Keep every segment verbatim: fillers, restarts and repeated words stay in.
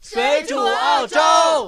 水煮澳洲。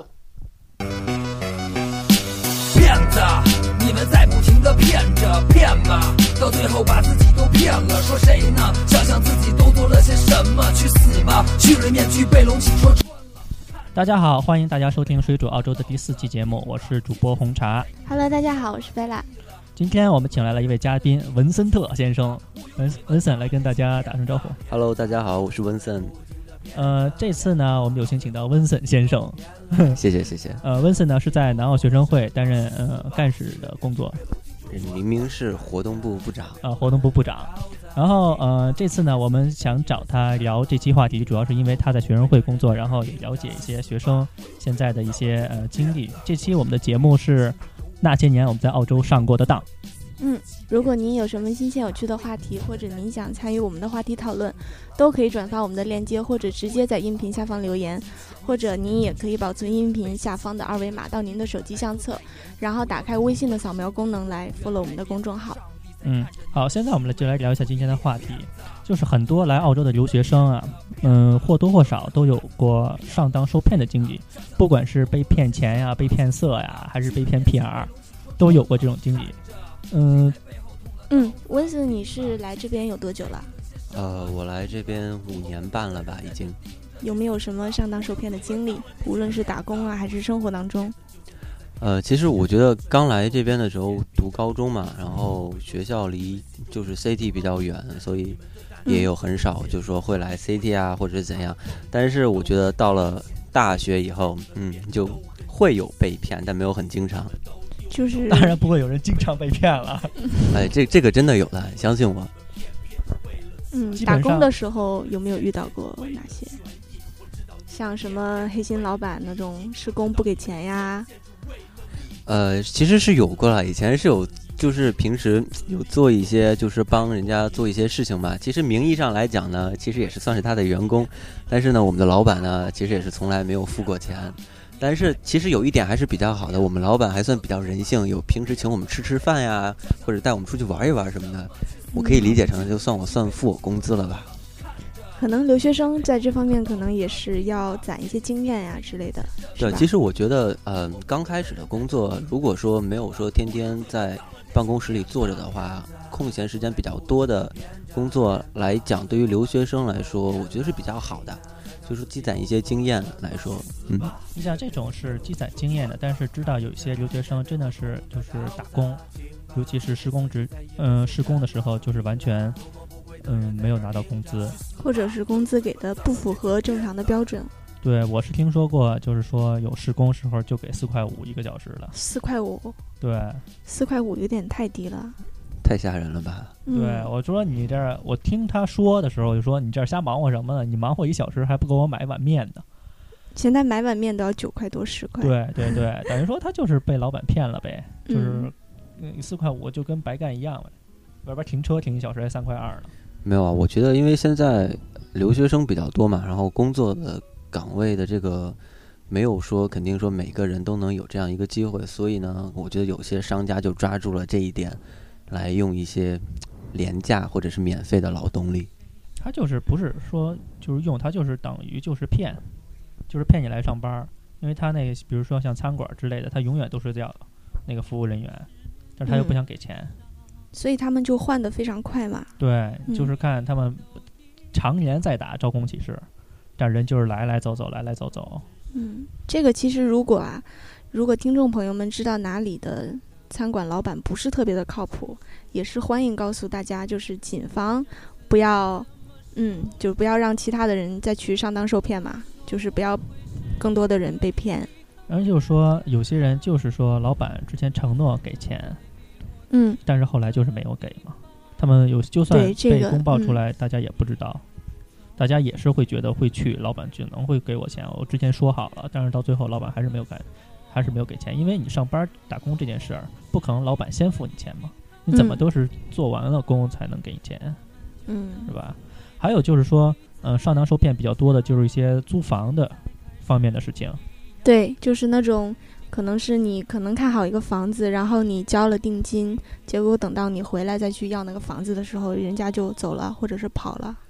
骗子，你们在不停地骗着骗吧，到最后把自己都骗了。说谁呢？想想自己都做了些什么，去死吧！去了面具被龙起说穿了。 大家好，欢迎大家收听水煮澳洲的第四期节目，我是主播红茶。 Hello， 大家好，我是贝拉。 今天我们请来了一位嘉宾文森特先生，文文森来跟大家打声招呼。 Hello， 大家好，我是文森。 呃，这次呢，我们有幸请到温森先生。 谢谢谢谢。 呃，温森呢是在南澳学生会担任呃干事的工作， 明明是活动部部长。 呃，活动部部长。然后呃，这次呢，我们想找他聊这期话题，主要是因为他在学生会工作，然后也了解一些学生现在的一些呃经历。这期我们的节目是那些年我们在澳洲上过的当。 嗯，如果您有什么新鲜有趣的话题，或者您想参与我们的话题讨论，都可以转发我们的链接，或者直接在音频下方留言，或者您也可以保存音频下方的二维码到您的手机相册，然后打开微信的扫描功能来 follow 我们的公众号。 嗯，好，现在我们就来聊一下今天的话题，就是很多来澳洲的留学生啊，嗯，或多或少都有过上当受骗的经历，不管是被骗钱呀、被骗色呀，还是被骗 P R， 都有过这种经历。嗯嗯，温斯，你是来这边有多久了？ 呃，我来这边五年半了吧，已经。 有没有什么上当受骗的经历？无论是打工啊，还是生活当中？ 呃，其实我觉得刚来这边的时候读高中嘛，然后学校离就是 C T 比较远，所以也有很少就是说会来 C T 啊，或者是怎样。但是我觉得到了大学以后，嗯，就会有被骗，但没有很经常。 就是当然不会有人经常被骗了。 哎，这这个真的有的，相信我。 嗯，打工的时候有没有遇到过哪些？像什么黑心老板那种施工不给钱呀？ 呃，其实是有过了，以前是有，就是平时有做一些，就是帮人家做一些事情嘛。其实名义上来讲呢，其实也是算是他的员工，但是呢，我们的老板呢，其实也是从来没有付过钱。但是其实有一点还是比较好的，我们老板还算比较人性，有平时请我们吃吃饭呀，或者带我们出去玩一玩什么的，我可以理解成就算我算付我工资了吧。 可能留学生在这方面可能也是要攒一些经验呀之类的。 对，其实我觉得，呃，刚开始的工作，如果说没有说天天在办公室里坐着的话，空闲时间比较多的工作来讲，对于留学生来说，我觉得是比较好的。就是积攒一些经验来说，嗯， 你像这种是积攒经验的，但是知道有一些留学生真的是就是打工，尤其是施工职，嗯、呃，施工的时候就是完全，嗯，没有拿到工资， 或者是工资给的不符合正常的标准。 对，我是听说过，就是说有施工时候就给四块五一个小时了。 四块五？ 对， 四块五有点太低了。 太吓人了吧？ 对，我说你这儿，我听他说的时候就说你这儿瞎忙活什么呢？你忙活一小时还不够我买一碗面呢。 现在买碗面都要九块多十块。 对对对，等于说他就是被老板骗了呗，就是四块五就跟白干一样呗，外边停车停一小时还三块二呢。 没有啊，我觉得因为现在留学生比较多嘛，然后工作的岗位的这个没有说肯定说每个人都能有这样一个机会，所以呢，我觉得有些商家就抓住了这一点。来用一些廉价或者是免费的劳动力， 他就是不是说就是用，他就是等于就是骗，就是骗你来上班，因为他那个比如说像餐馆之类的，他永远都是要那个服务人员，但是他又不想给钱， 嗯、所以他们就换得非常快嘛。 对，就是看他们常年在打招工启事，但人就是来来走走，来来走走。 嗯，这个其实如果啊，如果听众朋友们知道哪里的餐馆老板不是特别的靠谱，也是欢迎告诉大家，就是谨防不要嗯就不要让其他的人再去上当受骗嘛，就是不要更多的人被骗。 然后就是说有些人就是说老板之前承诺给钱， 嗯， 但是后来就是没有给嘛，他们有就算被公报出来、 这个嗯、 大家也不知道，大家也是会觉得会去老板就能会给我钱，我之前说好了，但是到最后老板还是没有给还是没有给钱，因为你上班打工这件事儿，不可能老板先付你钱嘛，你怎么都是做完了工才能给你钱， 嗯， 是吧？还有就是说，嗯、呃，上当受骗比较多的就是一些租房的方面的事情。 对，就是那种可能是你可能看好一个房子，然后你交了定金，结果等到你回来再去要那个房子的时候，人家就走了或者是跑了。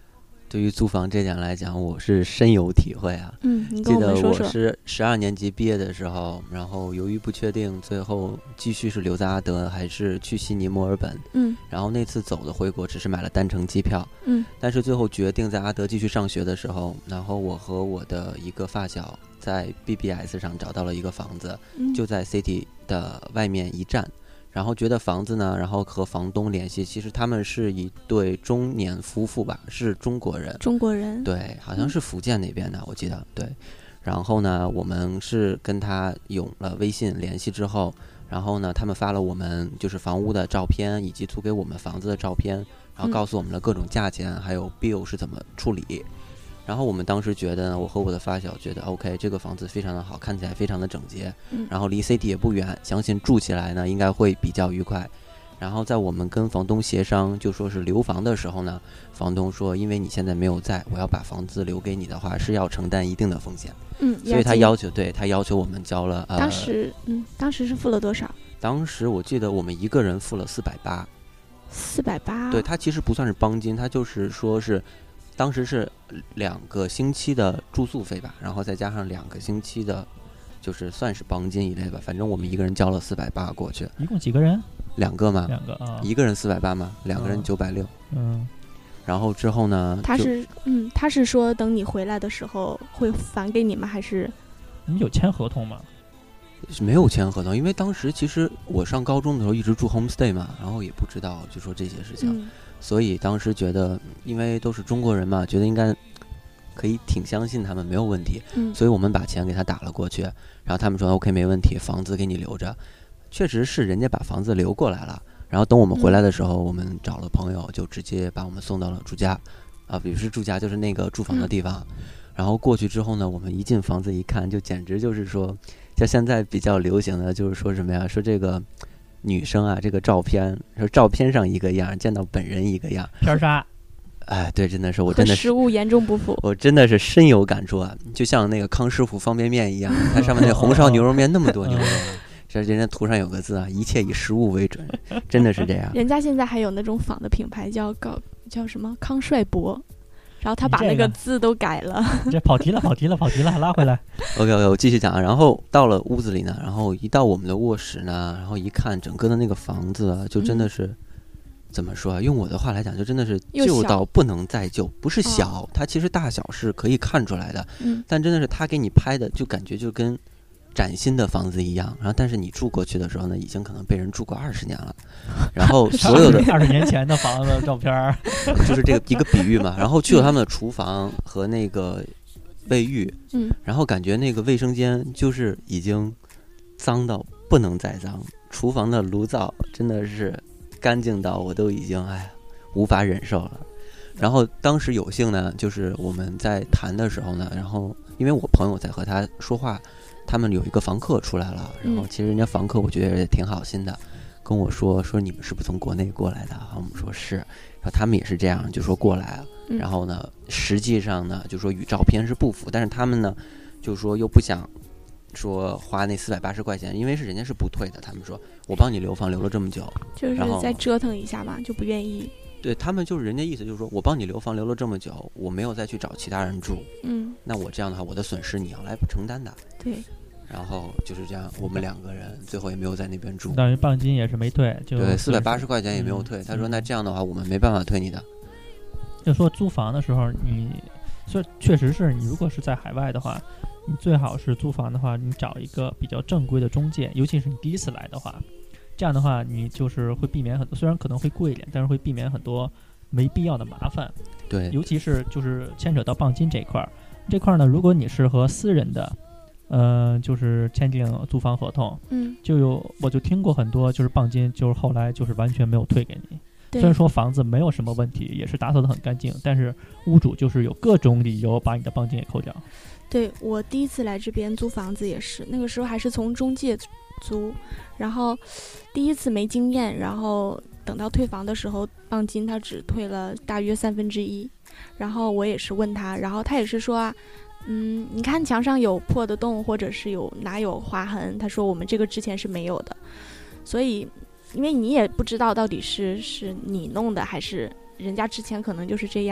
对于租房这点来讲，我是深有体会啊。 嗯，你跟记得我们说说。 我是十二年级毕业的时候，然后由于不确定，最后继续是留在阿德还是去悉尼、墨尔本。 嗯， 然后那次走的回国只是买了单程机票。 嗯， 但是最后决定在阿德继续上学的时候，然后我和我的一个发小在 B B S 上找到了一个房子， 嗯就在 City 的外面一站。然后觉得房子呢，然后和房东联系，其实他们是一对中年夫妇吧，是中国人， 中国人， 对，好像是福建那边的，我记得，对。然后呢，我们是跟他有了微信联系之后，然后呢，他们发了我们就是房屋的照片，以及租给我们房子的照片，然后告诉我们了各种价钱，还有 bill 是怎么处理。然后我们当时觉得呢，我和我的发小觉得 OK， 这个房子非常的好，看起来非常的整洁， 嗯， 然后离 C D 也不远，相信住起来呢应该会比较愉快。然后在我们跟房东协商，就说是留房的时候呢，房东说，因为你现在没有在，我要把房子留给你的话，是要承担一定的风险。 嗯， 所以他要求，对他要求我们交了。呃、 当时，嗯，当时是付了多少？ 当时我记得我们一个人付了四百八。 四百八。 对，他其实不算是帮金，他就是说是。当时是两个星期的住宿费吧，然后再加上两个星期的，就是算是帮金一类吧。反正我们一个人交了四百八过去。 一共几个人？ 两个嘛， 两个啊， 一个人四百八嘛，两个人九百六。 嗯， 然后之后呢？ 他是嗯，他是说等你回来的时候会返给你们，还是？ 你有签合同吗？ 没有签合同，因为当时其实我上高中的时候一直住 homestay 嘛，然后也不知道就说这些事情。 嗯， 所以当时觉得，因为都是中国人嘛，觉得应该可以挺相信他们没有问题， 嗯， 所以我们把钱给他打了过去，然后他们说 OK 没问题，房子给你留着，确实是人家把房子留过来了，然后等我们回来的时候，嗯、我们找了朋友，就直接把我们送到了住家，啊，不是住家，就是那个住房的地方，嗯、然后过去之后呢，我们一进房子一看，就简直就是说，像现在比较流行的就是说什么呀，说这个。女生啊，这个照片说照片上一个样，见到本人一个样， 片杀。 哎，对，真的是我真的是和实物严重不符， 我真的是深有感触啊！就像那个康师傅方便面一样，它上面那红烧牛肉面那么多牛肉，这人家图上有个字啊，一切以实物为准，真的是这样。 人家现在还有那种仿的品牌叫高叫什么康帅博。然后他把那个字都改了， 这, 这跑题了，跑题了，跑题了，拉回来。 OK OK， 我继续讲啊。然后到了屋子里呢，然后一到我们的卧室呢，然后一看整个的那个房子啊，就真的是、嗯、怎么说啊？用我的话来讲，就真的是旧到不能再旧，不是小，哦、它其实大小是可以看出来的， 嗯， 但真的是他给你拍的，就感觉就跟。崭新的房子一样，然后但是你住过去的时候呢，已经可能被人住过二十年了，然后所有的二十年前的房子照片， 就是这个一个比喻嘛。然后去了他们的厨房和那个卫浴， 嗯， 然后感觉那个卫生间就是已经脏到不能再脏，厨房的炉灶真的是干净到我都已经哎无法忍受了。然后当时有幸呢，就是我们在谈的时候呢，然后因为我朋友在和他说话。他们有一个房客出来了，然后其实人家房客我觉得也挺好心的，跟我说说你们是不是从国内过来的？然后我们说是，然后他们也是这样，就说过来了。然后呢，实际上呢，就说与照片是不符，但是他们呢，就说又不想说花那四百八十块钱，因为是人家是不退的。他们说我帮你留房留了这么久， 就是再折腾一下嘛，就不愿意。 对他们就是人家意思就是说我帮你留房留了这么久，我没有再去找其他人住， 嗯， 那我这样的话，我的损失你要来承担的。 对。 然后就是这样，我们两个人最后也没有在那边住， 等于磅金也是没退，就对四百八十块钱也没有退。嗯、他说：“那这样的话，我们没办法退你的。” 就说租房的时候，你所以确实是你如果是在海外的话，你最好是租房的话，你找一个比较正规的中介，尤其是你第一次来的话，这样的话你就是会避免很多，虽然可能会贵一点，但是会避免很多没必要的麻烦。 对， 尤其是就是牵扯到磅金这一块儿，这块呢，如果你是和私人的。呃，就是签订租房合同， 嗯， 就有我就听过很多，就是磅金，就是后来就是完全没有退给你。虽然说房子没有什么问题，也是打扫得很干净，但是屋主就是有各种理由把你的磅金也扣掉。 对，我第一次来这边租房子也是，那个时候还是从中介租，然后第一次没经验，然后等到退房的时候，磅金他只退了大约三分之一，然后我也是问他，然后他也是说啊。嗯，你看墙上有破的洞，或者是有哪有划痕，他说我们这个之前是没有的，所以因为你也不知道到底是是你弄的还是人家之前可能就是这样，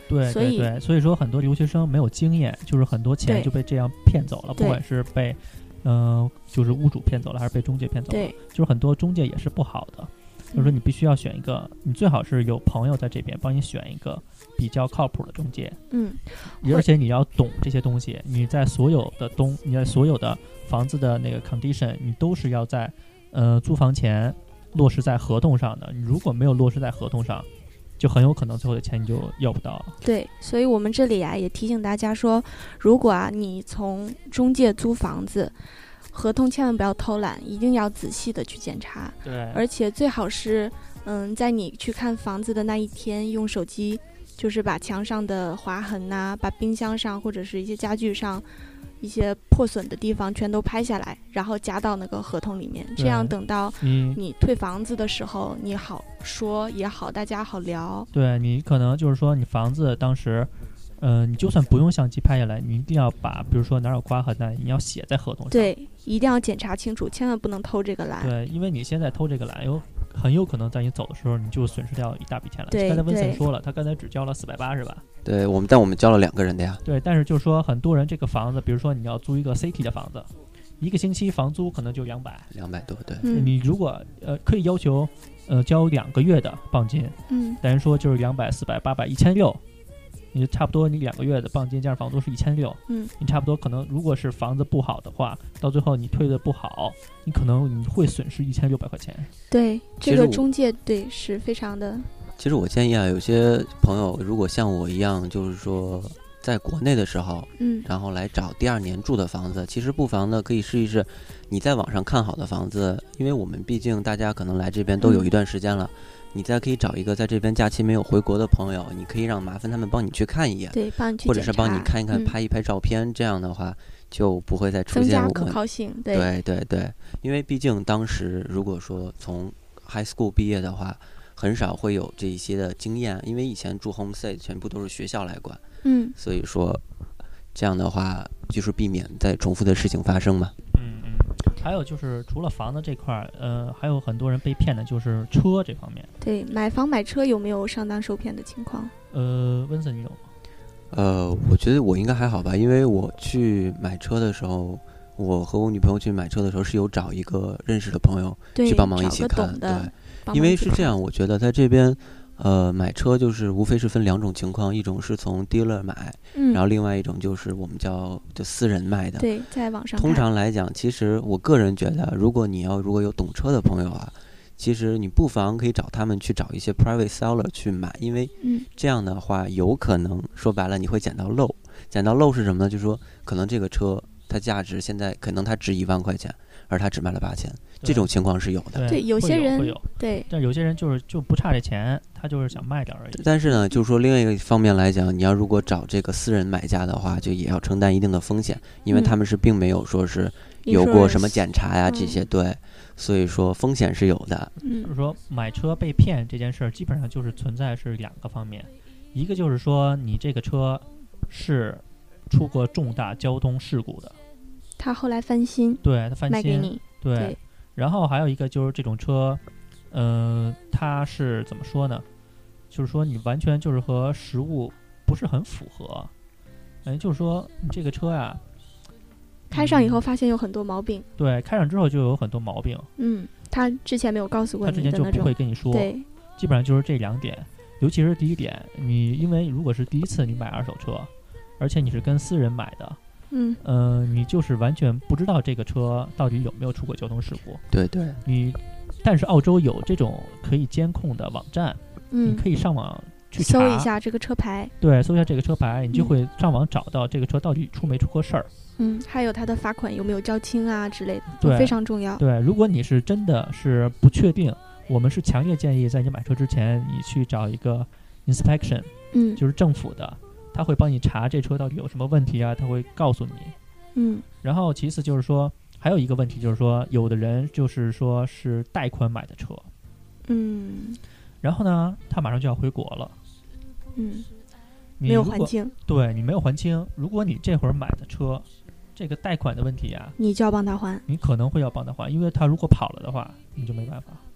对所以对对，所以说很多留学生没有经验，就是很多钱对就被这样骗走了，不对管是被嗯、呃、就是屋主骗走了，还是被中介骗走了， 对， 就是很多中介也是不好的。就是说你必须要选一个，你最好是有朋友在这边帮你选一个比较靠谱的中介， 嗯， 而且你要懂这些东西。你在所有的东，你在所有的房子的那个 condition， 你都是要在呃租房前落实在合同上的。你如果没有落实在合同上，就很有可能最后的钱你就要不到。 对，所以我们这里啊也提醒大家说，如果啊你从中介租房子，合同千万不要偷懒，一定要仔细的去检查。 对， 而且最好是，嗯，在你去看房子的那一天，用手机就是把墙上的划痕呐、把冰箱上或者是一些家具上一些破损的地方全都拍下来，然后加到那个合同里面。这样等到你你退房子的时候，你好说也好，大家好聊。 对你可能就是说你房子当时。呃，你就算不用相机拍下来，你一定要把，比如说哪有刮痕的，你要写在合同上。 对，一定要检查清楚，千万不能偷这个懒。 对，因为你现在偷这个懒，有很有可能在你走的时候，你就损失掉一大笔钱了。 对， 刚才温森说了，他刚才只交了四百八，是吧？ 对我们，但我们交了两个人的呀。 对，但是就是说，很多人这个房子，比如说你要租一个 C T 的房子，一个星期房租可能就两百， 两百多，对。 嗯、 你如果呃可以要求呃交两个月的磅金， 嗯， 等于说就是两百、四百、八百、一千六。你就差不多，你两个月的磅金加上房租是一千六， 嗯， 你差不多可能，如果是房子不好的话，到最后你退的不好，你可能你会损失一千六百块钱。 对，这个中介对是非常的。 其实我建议啊，有些朋友如果像我一样，就是说在国内的时候， 嗯， 然后来找第二年住的房子，其实不妨呢可以试一试你在网上看好的房子，因为我们毕竟大家可能来这边都有一段时间了。嗯，你再可以找一个在这边假期没有回国的朋友，你可以让麻烦他们帮你去看一眼， 对，帮你去或者是帮你看一看、 嗯、 拍一拍照片，这样的话就不会再出现我们增加可靠性。对对对对，因为毕竟当时如果说从 high school 毕业的话，很少会有这一些的经验，因为以前住 homestay 全部都是学校来管， 嗯， 所以说这样的话就是避免再重复的事情发生嘛。 嗯嗯。还有就是除了房子这块，呃，还有很多人被骗的就是车这方面。 对，买房买车有没有上当受骗的情况？ 呃，温森你有吗？ 呃，我觉得我应该还好吧，因为我去买车的时候，我和我女朋友去买车的时候是有找一个认识的朋友去帮忙一起看。对，因为是这样，我觉得在这边。呃，买车就是无非是分两种情况，一种是从 dealer 买， 嗯， 然后另外一种就是我们叫就私人卖的。 对，在网上。 通常来讲，其实我个人觉得，如果你要如果有懂车的朋友啊，其实你不妨可以找他们去找一些 private seller 去买，因为这样的话有可能说白了你会捡到漏。捡到漏是什么呢？就是说可能这个车它价值现在可能它值一万块钱，而它只卖了八千，这种情况是有的。 对， 有些人会有， 对， 但有些人就是就不差这钱，他就是想卖点而已。 但是呢，就是说另外一个方面来讲，你要如果找这个私人买家的话，就也要承担一定的风险，因为他们是并没有说是有过什么检查呀、嗯、这些，对，所以说风险是有的。 嗯，就是说买车被骗这件事儿，基本上就是存在是两个方面，一个就是说你这个车是出过重大交通事故的。 他后来翻新， 对他翻新卖给你， 对， 对。 然后还有一个就是这种车，呃，它是怎么说呢？就是说你完全就是和实物不是很符合，哎，就是说你这个车呀， 开上以后发现有很多毛病。 嗯、对，开上之后就有很多毛病。 嗯，他之前没有告诉过你的那种， 他之前就不会跟你说。 对， 基本上就是这两点，尤其是第一点，你因为如果是第一次你买二手车，而且你是跟私人买的。 嗯， 呃，你就是完全不知道这个车到底有没有出过交通事故。 对对， 你，但是澳洲有这种可以监控的网站， 嗯， 你可以上网去查搜一下这个车牌， 对，搜一下这个车牌，你就会上网找到这个车到底出没出过事儿。 嗯，还有它的罚款有没有交清啊之类的， 对， 非常重要。 对，如果你是真的是不确定，我们是强烈建议在你买车之前，你去找一个 inspection， 嗯， 就是政府的。他会帮你查这车到底有什么问题啊，他会告诉你。 嗯， 然后其次就是说，还有一个问题就是说，有的人就是说是贷款买的车， 嗯， 然后呢，他马上就要回国了， 嗯，没有还清， 对你没有还清。如果你这会儿买的车，这个贷款的问题啊， 你就要帮他还， 你可能会要帮他还，因为他如果跑了的话，你就没办法。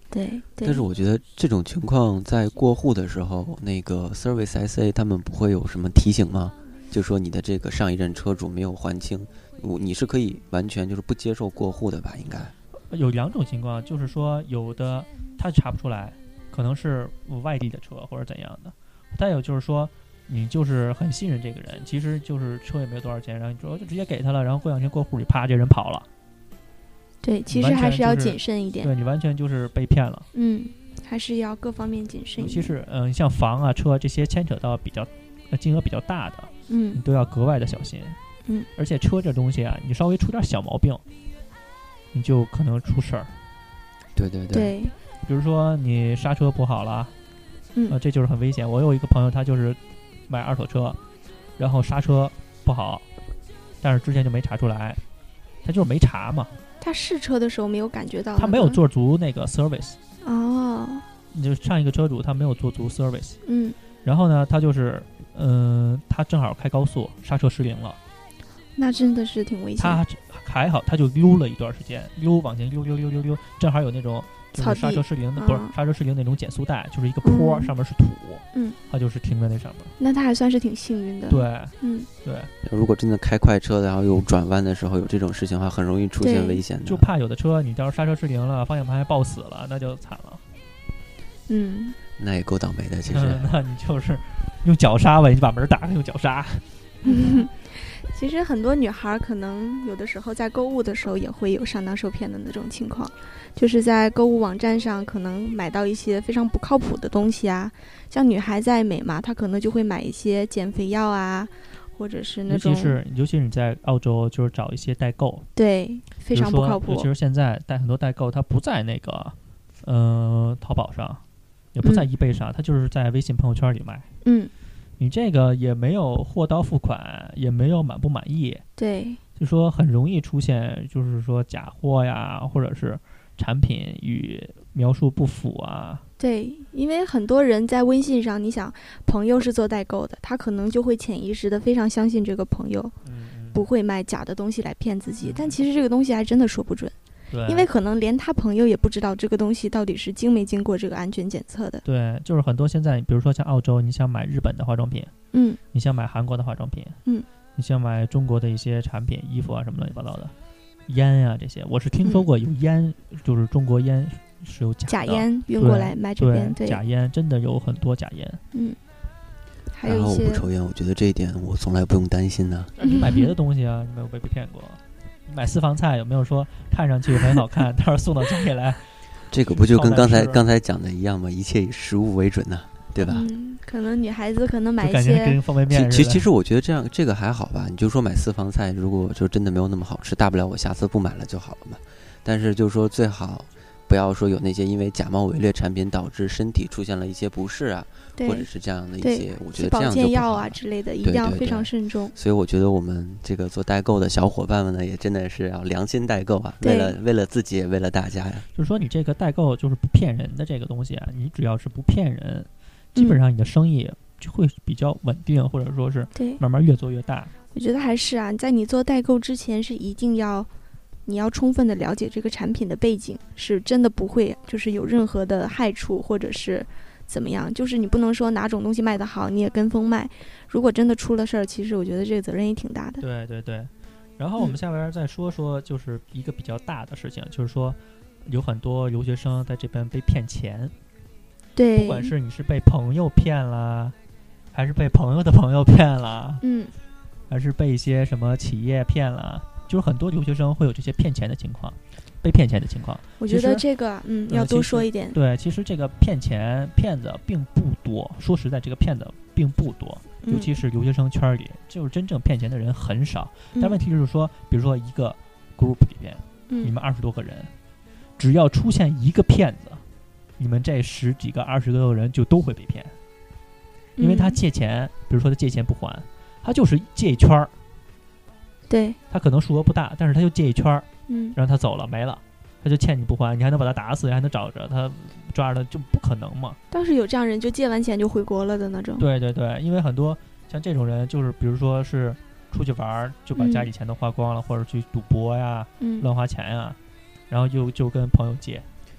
对对。 但是我觉得这种情况在过户的时候，那个 Service S A 他们不会有什么提醒吗？就说你的这个上一任车主没有还清，你是可以完全就是不接受过户的吧？应该有两种情况，就是说有的他查不出来，可能是外地的车或者怎样的；再有就是说你就是很信任这个人，其实就是车也没有多少钱，然后你说就直接给他了，然后过两天过户里啪这人跑了。 对，其实还是要谨慎一点。 对，你完全就是被骗了。 嗯，还是要各方面谨慎一点。 尤其是嗯、呃，像房啊、车这些牵扯到比较金额比较大的， 嗯， 你都要格外的小心。 嗯， 而且车这东西啊，你稍微出点小毛病，你就可能出事儿。 对对对。 对。 比如说你刹车不好了， 嗯， 呃，这就是很危险。我有一个朋友，他就是买二手车，然后刹车不好，但是之前就没查出来，他就是没查嘛。 他试车的时候没有感觉到， 他没有做足那个 service。 哦。 你就上一个车主他没有做足 service。 嗯。 然后呢，他就是，嗯、呃，他正好开高速，刹车失灵了。 那真的是挺危险。 他还好，他就溜了一段时间，溜往前溜溜溜溜溜，正好有那种就是刹车失灵的，不是刹车失灵那种减速带，就是一个坡， 嗯、 上面是土， 嗯， 他就是停在那上面。 那他还算是挺幸运的。 对， 嗯， 对。 如果真的开快车的，然后有转弯的时候有这种事情的话，很容易出现危险的。 就怕有的车你到时候刹车失灵了，方向盘还抱死了，那就惨了。 嗯， 那也够倒霉的，其实。 嗯、那你就是用脚刹吧，你把门打开用脚刹。 其实很多女孩可能有的时候在购物的时候也会有上当受骗的那种情况，就是在购物网站上可能买到一些非常不靠谱的东西啊，像女孩在美嘛，她可能就会买一些减肥药啊，或者是那种， 尤其是尤其是你在澳洲就是找一些代购， 对，非常不靠谱。 尤其是现在带很多代购，它不在那个呃淘宝上，也不在易贝上，它、嗯、就是在微信朋友圈里卖。 嗯。 你这个也没有货到付款，也没有满不满意， 对， 就说很容易出现，就是说假货呀，或者是产品与描述不符啊。 对，因为很多人在微信上，你想朋友是做代购的，他可能就会潜意识的非常相信这个朋友， 嗯、 不会卖假的东西来骗自己，嗯、但其实这个东西还真的说不准。 对， 因为可能连他朋友也不知道这个东西到底是经没经过这个安全检测的。 对，就是很多现在，比如说像澳洲，你想买日本的化妆品， 嗯， 你想买韩国的化妆品， 嗯， 你想买中国的一些产品、衣服啊什么乱七八糟的，烟呀、啊、这些，我是听说过有烟，嗯、就是中国烟是有假的假烟运过来卖这边， 对，对假烟真的有很多假烟， 嗯，还有一些。 然后我不抽烟，我觉得这一点我从来不用担心呢。 你买别的东西啊，你没有被骗过？你买私房菜有没有说看上去很好看，但是送到家里来？ 这个不就跟刚才刚才讲的一样吗？一切以实物为准呢、啊，对吧？ 嗯，可能女孩子可能买一些， 感觉跟方便面其其实我觉得这样这个还好吧。你就说买私房菜，如果就真的没有那么好吃，大不了我下次不买了就好了嘛。但是就是说最好不要说有那些因为假冒伪劣产品导致身体出现了一些不适啊，或者是这样的一些，我觉得这样就不好了。保健药啊之类的，一定要非常慎重。 所以我觉得我们这个做代购的小伙伴们呢，也真的是要良心代购啊，为了为了自己，也为了大家呀。 就是说你这个代购就是不骗人的这个东西啊，你只要是不骗人，基本上你的生意就会比较稳定，嗯、或者说是慢慢越做越大。 我觉得还是啊，在你做代购之前是一定要。你要充分的了解这个产品的背景，是真的不会就是有任何的害处或者是怎么样，就是你不能说哪种东西卖得好你也跟风卖，如果真的出了事儿，其实我觉得这个责任也挺大的。 对对对，然后我们下边再说说就是一个比较大的事情、嗯、就是说有很多留学生在这边被骗钱。 对， 不管是你是被朋友骗了，还是被朋友的朋友骗了， 嗯， 还是被一些什么企业骗了，就是很多留学生会有这些骗钱的情况，被骗钱的情况。 我觉得这个嗯要多说一点。 对，其实这个骗钱骗子并不多，说实在这个骗子并不多，尤其是留学生圈里、嗯、就是真正骗钱的人很少、嗯、但问题就是说比如说一个 group 里边、嗯、你们二十多个人，只要出现一个骗子，你们这十几个二十多个人就都会被骗，因为他借钱、嗯、比如说他借钱不还，他就是借一圈儿， 对， 他可能数额不大，但是他就借一圈儿， 嗯， 然后他走了没了，他就欠你不还，你还能把他打死，还能找着他抓着他，就不可能嘛。 倒是有这样人就借完钱就回国了的那种。 对对对，因为很多像这种人就是比如说是出去玩就把家里钱都花光了、嗯、或者去赌博呀、嗯、乱花钱呀，然后就就跟朋友借。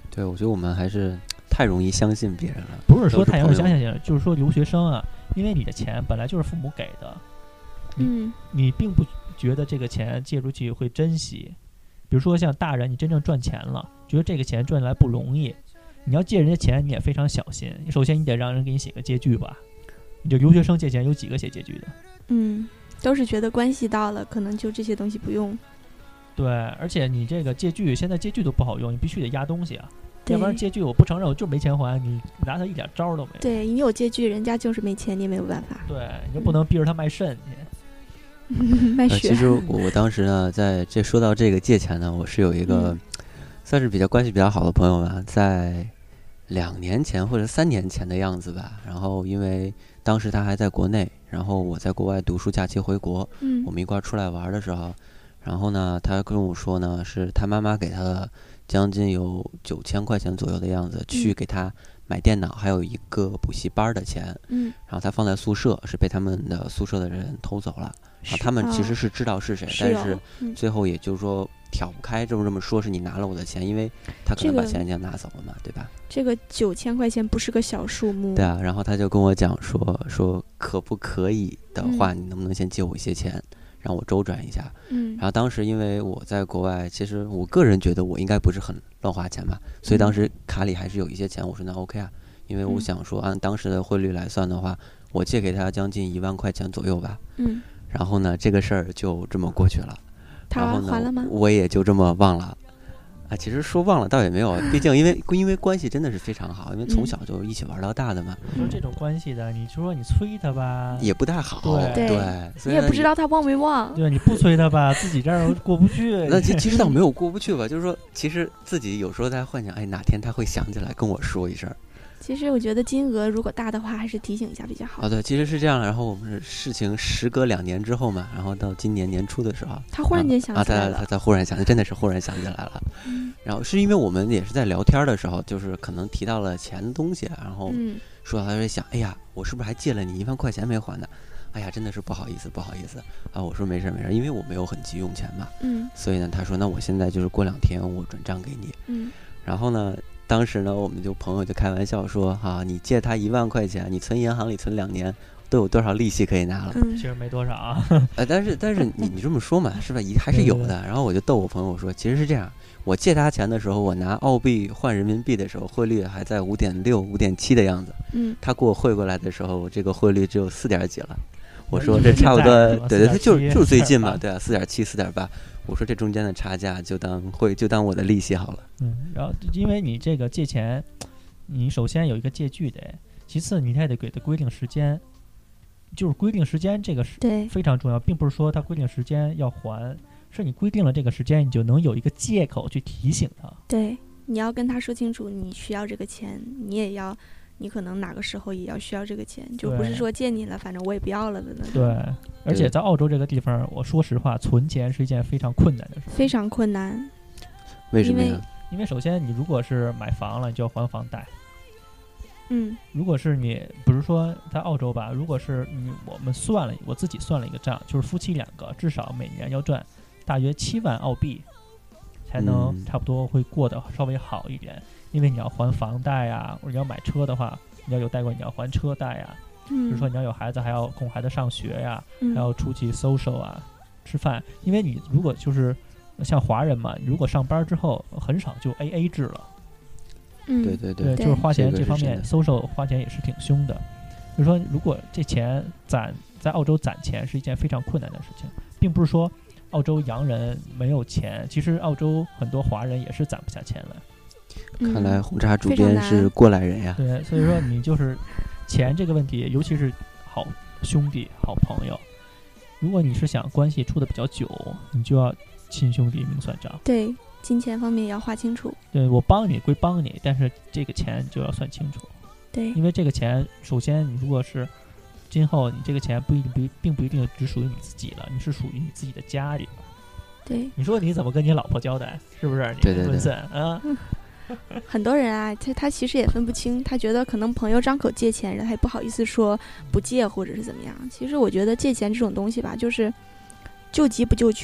对，我觉得我们还是太容易相信别人了。 不是说太容易相信别人，就是说留学生啊，因为你的钱本来就是父母给的， 嗯， 你并不觉得这个钱借出去会珍惜。比如说像大人，你真正赚钱了，觉得这个钱赚来不容易，你要借人家钱，你也非常小心。首先你得让人给你写个借据吧。你就留学生借钱有几个写借据的？ 嗯，都是觉得关系到了，可能就这些东西不用。 对，而且你这个借据，现在借据都不好用，你必须得压东西啊，要不然借据我不承认，我就没钱还，你拿他一点招都没有。 对，你有借据，人家就是没钱，你也没有办法。 对，你就不能逼着他卖肾去。 卖血、 呃。其实我当时呢，在这说到这个借钱呢，我是有一个、嗯、算是比较关系比较好的朋友吧，在两年前或者三年前的样子吧。然后因为当时他还在国内，然后我在国外读书，假期回国， 嗯， 我们一块出来玩的时候，然后呢，他跟我说呢，是他妈妈给他的将近有九千块钱左右的样子，去给他买电脑，还有一个补习班的钱， 嗯， 然后他放在宿舍，是被他们的宿舍的人偷走了。然后他们其实是知道是谁，是但是最后也就是说挑不开，这么这么说是你拿了我的钱，因为他可能把钱已经拿走了嘛， 这个、 对吧？ 这个九千块钱不是个小数目。 对啊，然后他就跟我讲说说可不可以的话，你能不能先借我一些钱？嗯，让我周转一下。 嗯， 然后当时因为我在国外，其实我个人觉得我应该不是很乱花钱吧，所以当时卡里还是有一些钱。我说那 OK 啊，因为我想说按当时的汇率来算的话，我借给他将近一万块钱左右吧。 嗯， 然后呢，这个事儿就这么过去了。 他还了吗？ 我也就这么忘了。啊，其实说忘了倒也没有，毕竟因为因为关系真的是非常好，因为从小就一起玩到大的嘛。 你、嗯、说这种关系的，你说你催他吧， 也不太好。 对， 对你也不知道他忘没忘。 对，你不催他吧，自己这儿过不去。 那其实倒没有过不去吧，就是说，其实自己有时候在幻想，哎，哪天他会想起来跟我说一声。 其实我觉得金额如果大的话，还是提醒一下比较好。 啊，对，其实是这样。然后我们是事情时隔两年之后嘛，然后到今年年初的时候， 他忽然间想起来了， 啊、他他他忽然想，真的是忽然想起来了。 嗯、 然后是因为我们也是在聊天的时候，就是可能提到了钱的东西，然后说到他就想，哎呀，我是不是还借了你一万块钱没还呢？哎呀，真的是不好意思，不好意思啊！我说没事没事，因为我没有很急用钱嘛。 嗯。 所以呢，他说那我现在就是过两天我转账给你。 嗯。 然后呢？当时呢，我们就朋友就开玩笑说：“哈、啊，你借他一万块钱，你存银行里存两年，都有多少利息可以拿了？” 嗯， 其实没多少啊。 呃，但是但是你你这么说嘛，是吧？还是有的。然后我就逗我朋友说，其实是这样，我借他钱的时候，我拿澳币换人民币的时候，汇率还在五点六、五点七的样子。 嗯， 他给我汇过来的时候，我这个汇率只有四点几了。我说这差不多，对对，他就就是最近嘛，对啊，四点七、四点八。我说这中间的差价就当会就当我的利息好了。 嗯，然后因为你这个借钱，你首先有一个借据得，其次你还得给他规定时间，就是规定时间这个是非常重要，并不是说他规定时间要还，是你规定了这个时间，你就能有一个借口去提醒他。 对，你要跟他说清楚你需要这个钱，你也要。你可能哪个时候也要需要这个钱，就不是说借你了，反正我也不要了的那种。 对，而且在澳洲这个地方，我说实话，存钱是一件非常困难的事， 非常困难。 为什么呀？ 因为首先你如果是买房了，你就要还房贷。 嗯， 如果是你，比如说在澳洲吧，如果是你我们算了，我自己算了一个账，就是夫妻两个至少每年要赚大约七万澳币，才能差不多会过得稍微好一点。嗯，因为你要还房贷呀，或者你要买车的话，你要有贷款，你要还车贷呀。 嗯， 比如说你要有孩子，还要供孩子上学呀， 嗯、 还要出去 social 啊，吃饭。因为你如果就是像华人嘛，如果上班之后很少就 A A 制了。 嗯， 对对对， 就是花钱这方面 social 花钱也是挺凶的。就是说，如果这钱攒在澳洲攒钱是一件非常困难的事情，并不是说澳洲洋人没有钱，其实澳洲很多华人也是攒不下钱来。 看来红茶主编是过来人呀。 对，所以说你就是钱这个问题，尤其是好兄弟、好朋友，如果你是想关系处的比较久，你就要亲兄弟明算账。 对，金钱方面也要划清楚。 对，我帮你归帮你，但是这个钱就要算清楚。 对， 因为这个钱，首先你如果是今后你这个钱不一定不并不一定只属于你自己了，你是属于你自己的家里。 对， 你说你怎么跟你老婆交代？是不是？ 对对对， 对啊。 很多人啊，他他其实也分不清，他觉得可能朋友张口借钱，他也不好意思说不借或者是怎么样。其实我觉得借钱这种东西吧，就是救急不救穷。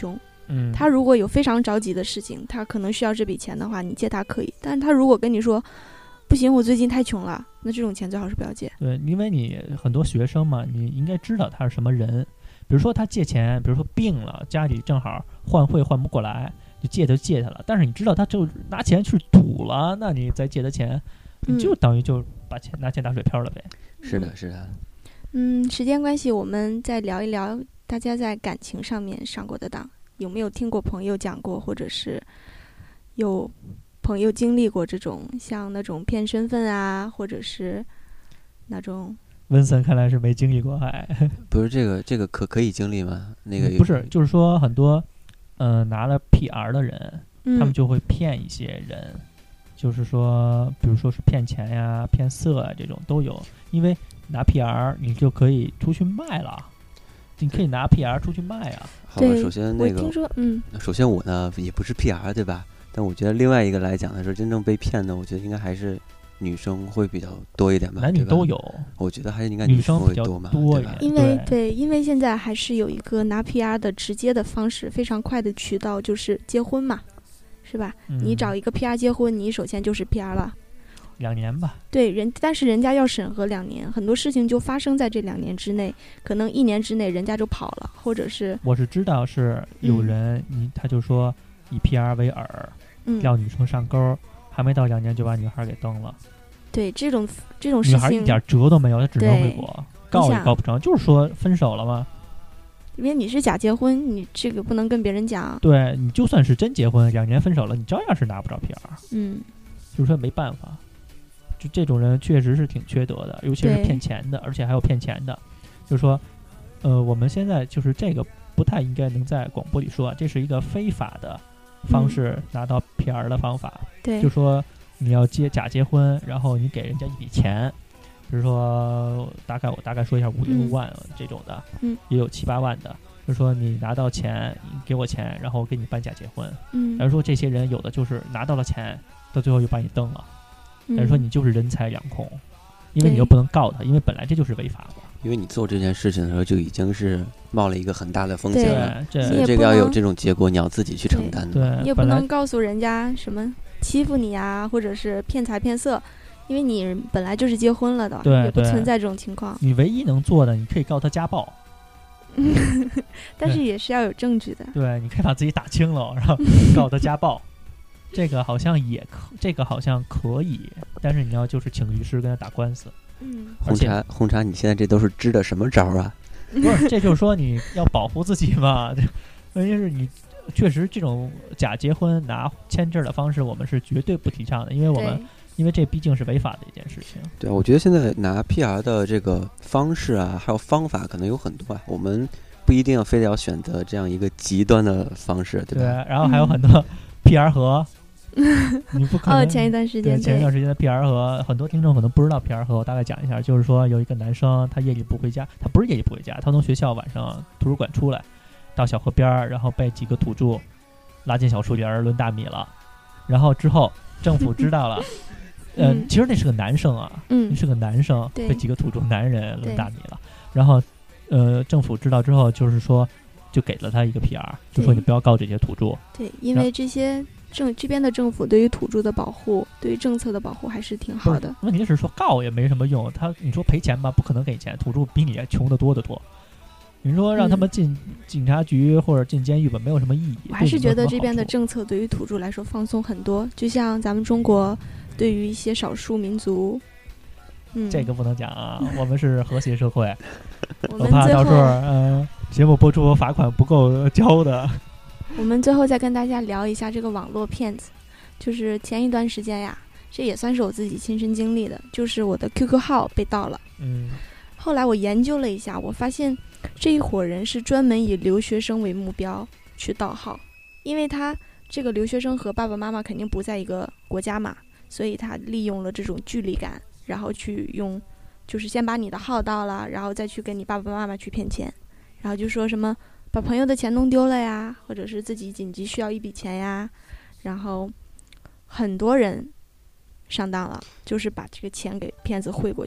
嗯， 他如果有非常着急的事情，他可能需要这笔钱的话，你借他可以。但是他如果跟你说不行，我最近太穷了，那这种钱最好是不要借。 对，因为你很多学生嘛，你应该知道他是什么人。比如说他借钱，比如说病了，家里正好换汇换不过来，就借就借他了。但是你知道他就拿钱去赌了，那你再借他钱，你就等于就把钱拿钱打水漂了呗。 是的，是的。 嗯，时间关系，我们再聊一聊大家在感情上面上过的当，有没有听过朋友讲过，或者是有朋友经历过这种像那种骗身份啊，或者是那种。 温森看来是没经历过，还不是这个这个可可以经历吗？那个不是，就是说很多呃拿了 P R 的人， 嗯、 他们就会骗一些人，就是说，比如说是骗钱呀、骗色啊，这种都有。因为拿 P R 你就可以出去卖了，你可以拿 P R 出去卖啊。 好吧，首先那个， 我听说，嗯， 首先我呢也不是 P R 对吧？但我觉得另外一个来讲的是，真正被骗的，我觉得应该还是女生会比较多一点吧， 男女都有。 我觉得还是应该女生会多嘛， 多对吧？ 因为对，因为现在还是有一个拿 P R 的直接的方式，非常快的渠道就是结婚嘛，是吧？ 嗯、 你找一个 P R 结婚，你首先就是 P R 了。 两年吧， 对人，但是人家要审核两年，很多事情就发生在这两年之内，可能一年之内人家就跑了，或者是我是知道是有人，嗯、你他就说以 P R 为饵， 嗯， 钓女生上钩，还没到两年就把女孩给蹬了。 对，这种这种事情， 女孩一点辙都没有，她只能回国，告也告不成，就是说分手了嘛。 因为你是假结婚，你这个不能跟别人讲。 对，你就算是真结婚，两年分手了，你照样是拿不着 P R。 嗯， 就是说没办法。就这种人确实是挺缺德的，尤其是骗钱的，而且还有骗钱的。就是说，呃，我们现在就是这个不太应该能在广播里说，这是一个非法的方式拿到 P R 的方法。 嗯、对， 就说你要结假结婚，然后你给人家一笔钱，比如说大概我大概说一下五六万这种的， 嗯， 也有七八万的。就是说你拿到钱，你给我钱，然后我给你办假结婚。 嗯， 然后说这些人有的就是拿到了钱，到最后又把你蹬了。但是说你就是人财两空，因为你又不能告他，因为本来这就是违法的。 因为你做这件事情的时候就已经是冒了一个很大的风险了， 对， 所以这个要有这种结果，你要自己去承担的。 对， 你也不能告诉人家什么欺负你啊，或者是骗财骗色，因为你本来就是结婚了的， 对， 也不存在这种情况。 你唯一能做的，你可以告他家暴， 但是也是要有证据的。 对，你可以把自己打青了，然后告他家暴。这个好像也可，这个好像可以，但是你要就是请律师跟他打官司。 嗯， 红茶，红茶，你现在这都是支的什么招啊？ 不是，这就是说你要保护自己嘛。关键是你确实这种假结婚拿签证的方式，我们是绝对不提倡的，因为我们因为这毕竟是违法的一件事情。 对，我觉得现在拿 P R 的这个方式啊，还有方法可能有很多啊，我们不一定要非得要选择这样一个极端的方式，对吧？ 对，然后还有很多 P R 盒。你不可能哦，前一段时间， 对前一段时间的 P R 盒，很多听众可能不知道 P R 盒，我大概讲一下，就是说有一个男生，他夜里不回家，他不是夜里不回家，他从学校晚上图书馆出来，到小河边儿，然后被几个土著拉进小树林抡大米了，然后之后政府知道了，呃、嗯，其实那是个男生啊， 嗯， 那是个男生，被几个土著男人抡大米了，然后呃，政府知道之后，就是说就给了他一个 P R， 就说你不要告这些土著， 对，因为这些。政这边的政府对于土著的保护，对于政策的保护还是挺好的。 问题是说告也没什么用，他你说赔钱吧，不可能给钱，土著比你穷得多得多。你说让他们进、嗯、警察局或者进监狱吧，没有什么意义。 我还是觉得这边的政策对于土著来说放松很多，就像咱们中国对于一些少数民族，嗯， 这个不能讲啊，我们是和谐社会。 我我怕到时候嗯、呃、节目播出罚款不够交的。 我们最后再跟大家聊一下这个网络骗子，就是前一段时间呀，这也算是我自己亲身经历的，就是我的 Q Q 号被盗了。 嗯， 后来我研究了一下，我发现这一伙人是专门以留学生为目标去盗号，因为他这个留学生和爸爸妈妈肯定不在一个国家嘛，所以他利用了这种距离感，然后去用，就是先把你的号盗了，然后再去跟你爸爸妈妈去骗钱，然后就说什么把朋友的钱弄丢了呀，或者是自己紧急需要一笔钱呀，然后很多人上当了，就是把这个钱给骗子汇过去了。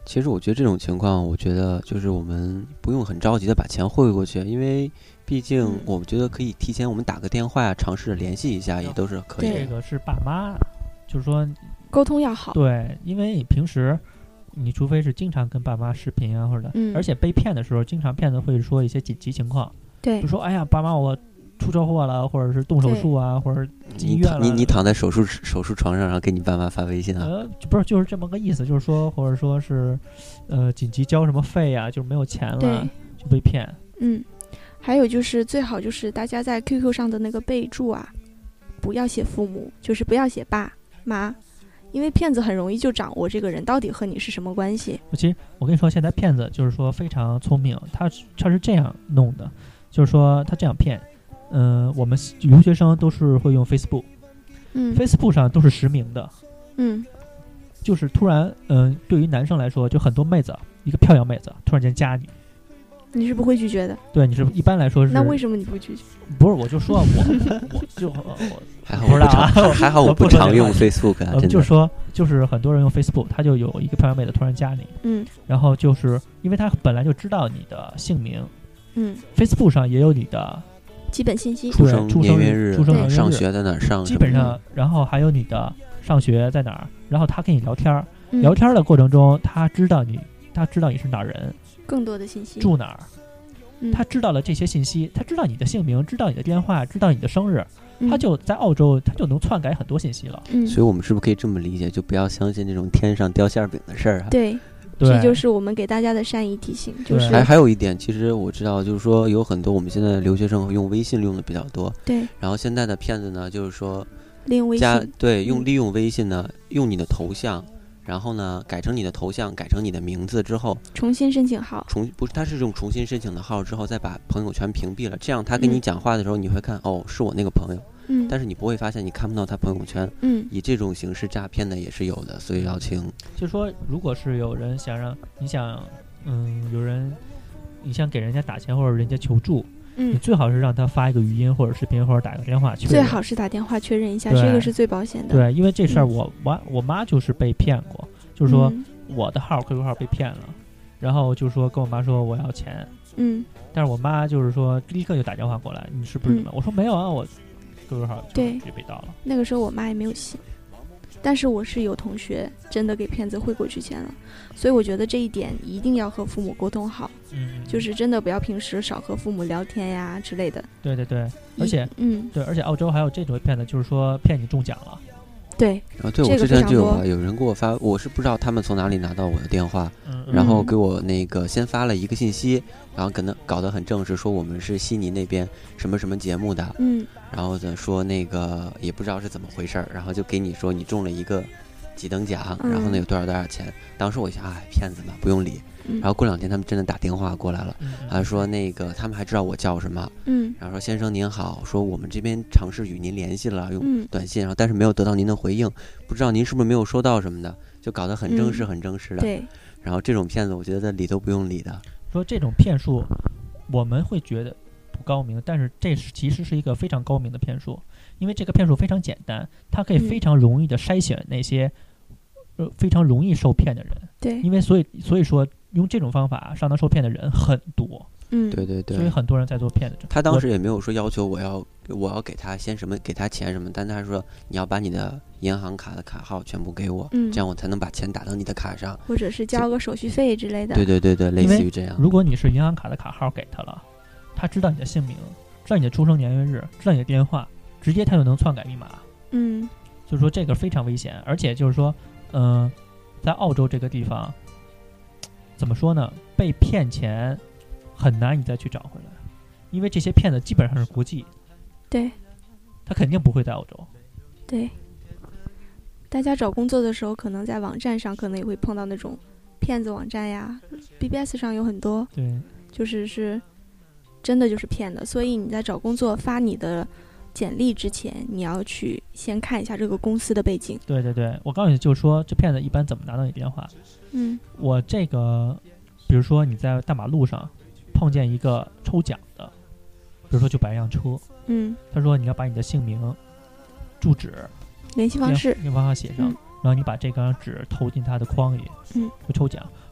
其实我觉得这种情况，我觉得就是我们不用很着急的把钱汇过去，因为毕竟我觉得可以提前我们打个电话呀、啊，尝试着联系一下，也都是可以的。 这个是爸妈，就是说沟通要好。 对，因为你平时你除非是经常跟爸妈视频啊，或者、嗯、而且被骗的时候，经常骗子会说一些紧急情况， 对， 就说哎呀，爸妈我出车祸了，或者是动手术啊，或者进医院了。 你你躺在手术手术床上，然后给你爸妈发微信啊？ 呃，不是，就是这么个意思，就是说，或者说是，呃，紧急交什么费呀、啊，就是没有钱了就被骗。 嗯，还有就是最好就是大家在 Q Q 上的那个备注啊，不要写父母，就是不要写爸妈，因为骗子很容易就掌握这个人到底和你是什么关系。 其实我跟你说，现在骗子就是说非常聪明，他他是这样弄的，就是说他这样骗。嗯、呃，我们留学生都是会用 Facebook， 嗯 ，Facebook 上都是实名的， 嗯， 就是突然，嗯、呃，对于男生来说，就很多妹子，一个漂亮妹子突然间加你， 你是不会拒绝的。 对，你是一般来说是。 那为什么你不拒绝？ 不是，我就说我，我就我还好我不常，还好我不常用 Facebook 啊，真的。 就说就是很多人用 Facebook， 他就有一个漂亮妹子突然加你， 嗯， 然后就是因为他本来就知道你的姓名， 嗯 ，Facebook 上也有你的。 基本信息， 出生年月日， 出生年月日， 上学在哪儿上， 基本上，然后还有你的上学在哪儿，然后他跟你聊天， 嗯、 聊天的过程中，他知道你，他知道你是哪儿人， 更多的信息， 住哪儿， 嗯、 他知道了这些信息，他知道你的姓名，知道你的电话，知道你的生日， 嗯、 他就在澳洲，他就能篡改很多信息了。 嗯， 所以我们是不是可以这么理解，就不要相信这种天上掉馅饼的事儿啊？ 对。这就是我们给大家的善意提醒。就是还还有一点，其实我知道，就是说有很多我们现在的留学生用微信用的比较多。 对。 然后现在的骗子呢，就是说利用微信加对用利用微信呢，用你的头像，然后呢改成你的头像，改成你的名字之后， 重新申请号。 重不是，他是用重新申请的号之后，再把朋友圈屏蔽了。这样他跟你讲话的时候，嗯、你会看哦，是我那个朋友。 嗯， 但是你不会发现，你看不到他朋友圈。 嗯， 以这种形式诈骗的也是有的，所以要请。 就是说，如果是有人想让你想，嗯，有人你想给人家打钱或者人家求助， 嗯， 你最好是让他发一个语音或者视频或者打个电话确认。 最好是打电话确认一下，这个是最保险的。 对，因为这事儿我我、嗯、我妈就是被骗过，就是说、 嗯、 我的号 Q Q 号被骗了，然后就说跟我妈说我要钱， 嗯， 但是我妈就是说立刻就打电话过来，你是不是、嗯、我说没有啊，我。Q Q 号对就被盗了。 那个时候我妈也没有信，但是我是有同学真的给骗子汇过去钱了，所以我觉得这一点一定要和父母沟通好， 嗯， 就是真的不要平时少和父母聊天呀之类的。 对对对，而且嗯， 对，而且澳洲还有这种骗子，就是说骗你中奖了。 对， 啊，对，我之前就有啊，有人给我发，我是不知道他们从哪里拿到我的电话， 嗯、 然后给我那个先发了一个信息，然后可能搞得很正式，说我们是悉尼那边什么什么节目的， 嗯， 然后呢说那个也不知道是怎么回事儿，然后就给你说你中了一个几等奖，然后呢有多少多少钱，当时我想哎骗子嘛不用理。然后过两天他们真的打电话过来了，啊说那个他们还知道我叫什么， 嗯， 然后说先生您好，说我们这边尝试与您联系了，用短信，然后但是没有得到您的回应，不知道您是不是没有收到什么的，就搞得很正式、嗯、很正式的。 对。 然后这种骗子，我觉得理都不用理的。 说这种骗术，我们会觉得不高明，但是这是其实是一个非常高明的骗术，因为这个骗术非常简单，它可以非常容易的筛选那些、嗯、呃非常容易受骗的人。 对。 因为所以所以说。用这种方法上当受骗的人很多， 嗯， 对对对， 所以很多人在做骗子。 他当时也没有说要求我要我要给他先什么给他钱什么，但他说你要把你的银行卡的卡号全部给我， 嗯， 这样我才能把钱打到你的卡上， 或者是交个手续费之类的。 对对对对，类似于这样。 如果你是银行卡的卡号给他了，他知道你的姓名，知道你的出生年月日，知道你的电话，直接他就能篡改密码。 嗯， 就是说这个非常危险，而且就是说，嗯、呃，在澳洲这个地方。怎么说呢？被骗钱很难你再去找回来，因为这些骗子基本上是国际， 对， 他肯定不会在澳洲。 对，大家找工作的时候，可能在网站上可能也会碰到那种骗子网站呀 ，B B S 上有很多， 对， 就是是真的就是骗的。所以你在找工作发你的简历之前，你要去先看一下这个公司的背景。 对对对，我告诉你，就是说这骗子一般怎么拿到你电话？ 嗯， 我这个，比如说你在大马路上碰见一个抽奖的，比如说就摆一辆车， 嗯， 他说你要把你的姓名、住址、 联系方式、 联系方法写上， 嗯、 然后你把这张纸投进他的筐里， 嗯， 就抽奖。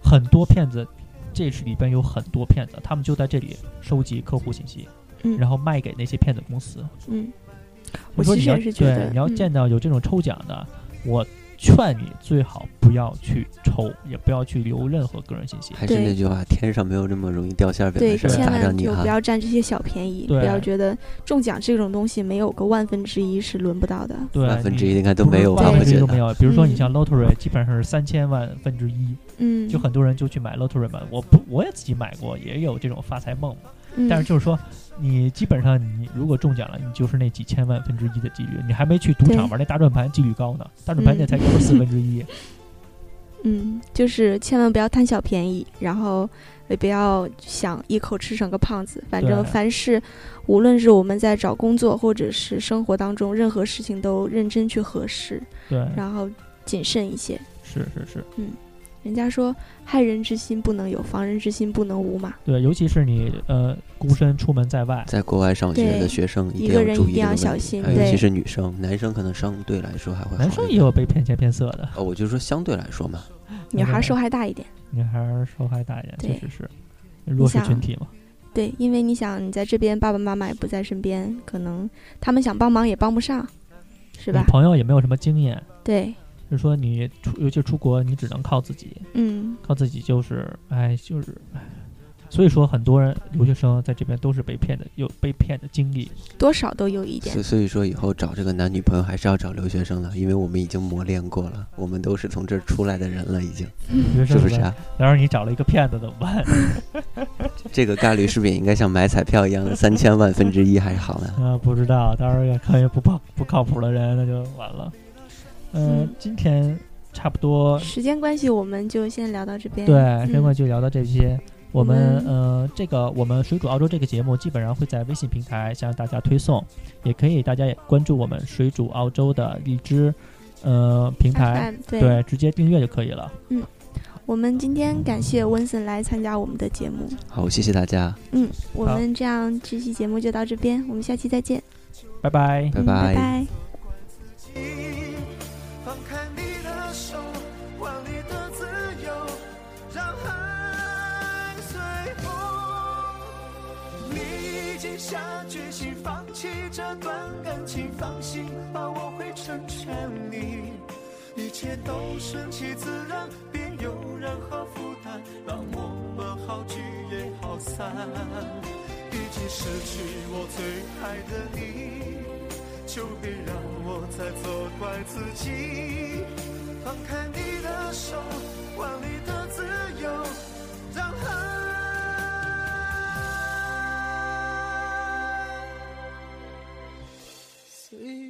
很多骗子，这是里边有很多骗子，他们就在这里收集客户信息， 嗯， 然后卖给那些骗子公司。 嗯，我说你要其实也是觉得， 对，你要嗯见到有这种抽奖的，我劝你最好不要去抽，也不要去留任何个人信息。 还是那句话，天上没有这么容易掉馅饼对， 的事儿， 千打着你哈万就不。要占这些小便宜， 对不要觉得中奖这种东西没有个万分之一是轮不到的。 对， 万分之你一应该都没有吧？ 万我觉得。 分之一都没有。比如说你嗯像 lottery，、基本上是三千万分之一， 嗯， 就很多人就去买 lottery 嘛。我不，我也自己买过，也有这种发财梦嘛。 嗯， 但是就是说，你基本上你如果中奖了，你就是那几千万分之一的几率，你还没去赌场对玩那大转盘几率高呢，大转盘那才就是四分之一。 嗯，就是千万不要贪小便宜，然后也不要想一口吃成个胖子。反正对凡事，无论是我们在找工作或者是生活当中，任何事情都认真去核实， 对， 然后谨慎一些。 是是是， 人家说害人之心不能有，防人之心不能无嘛。 对，尤其是你呃孤身出门在外， 在国外上学的对学生一定要注意个人一定要这个问题， 小心还有尤其对是女生，男生可能相对来说还会好男生一点也有被骗钱骗色的， 哦，我就说相对来说嘛， 女孩受害大一点。 女孩儿受害大一点， 对确实是弱势群体嘛。 对，因为你想你在这边，爸爸妈妈也不在身边，可能他们想帮忙也帮不上，是吧你？朋友也没有什么经验， 对， 就是说你出，尤其出国，你只能靠自己， 嗯， 靠自己就是，哎，就是，哎，所以说很多人留学生在这边都是被骗的，有被骗的经历。 多少都有一点所。所以说以后找这个男女朋友还是要找留学生了，因为我们已经磨练过了，我们都是从这儿出来的人了，已经， 留学生呗？ 是不是啊？ 然后你找了一个骗子怎么办？ 这个概率是不是也应该像买彩票一样的三千万分之一还好呢？ 啊，不知道，到时候要看见不靠不靠谱的人，那就完了。嗯、 嗯今天差不多， 时间关系，我们就先聊到这边。 对， 嗯这块就聊到这些。我们我们呃，这个我们水煮澳洲这个节目基本上会在微信平台向大家推送，也可以大家也关注我们水煮澳洲的荔枝呃平台， F M，对， 对，直接订阅就可以了。 我们今天感谢温森来参加我们的节目。 好，谢谢大家， 嗯，我们这样这期节目就到这边，我们下期再见。 拜拜。 嗯、 拜拜拜拜。 放开你的手，还你的自由，让海随风。你已经下决心放弃这段感情，放心吧，我会成全你。一切都顺其自然，别有任何负担，让我们好聚也好散。已经失去我最爱的你，就别让我再责怪自己。放开你的手，还你的自由，让海随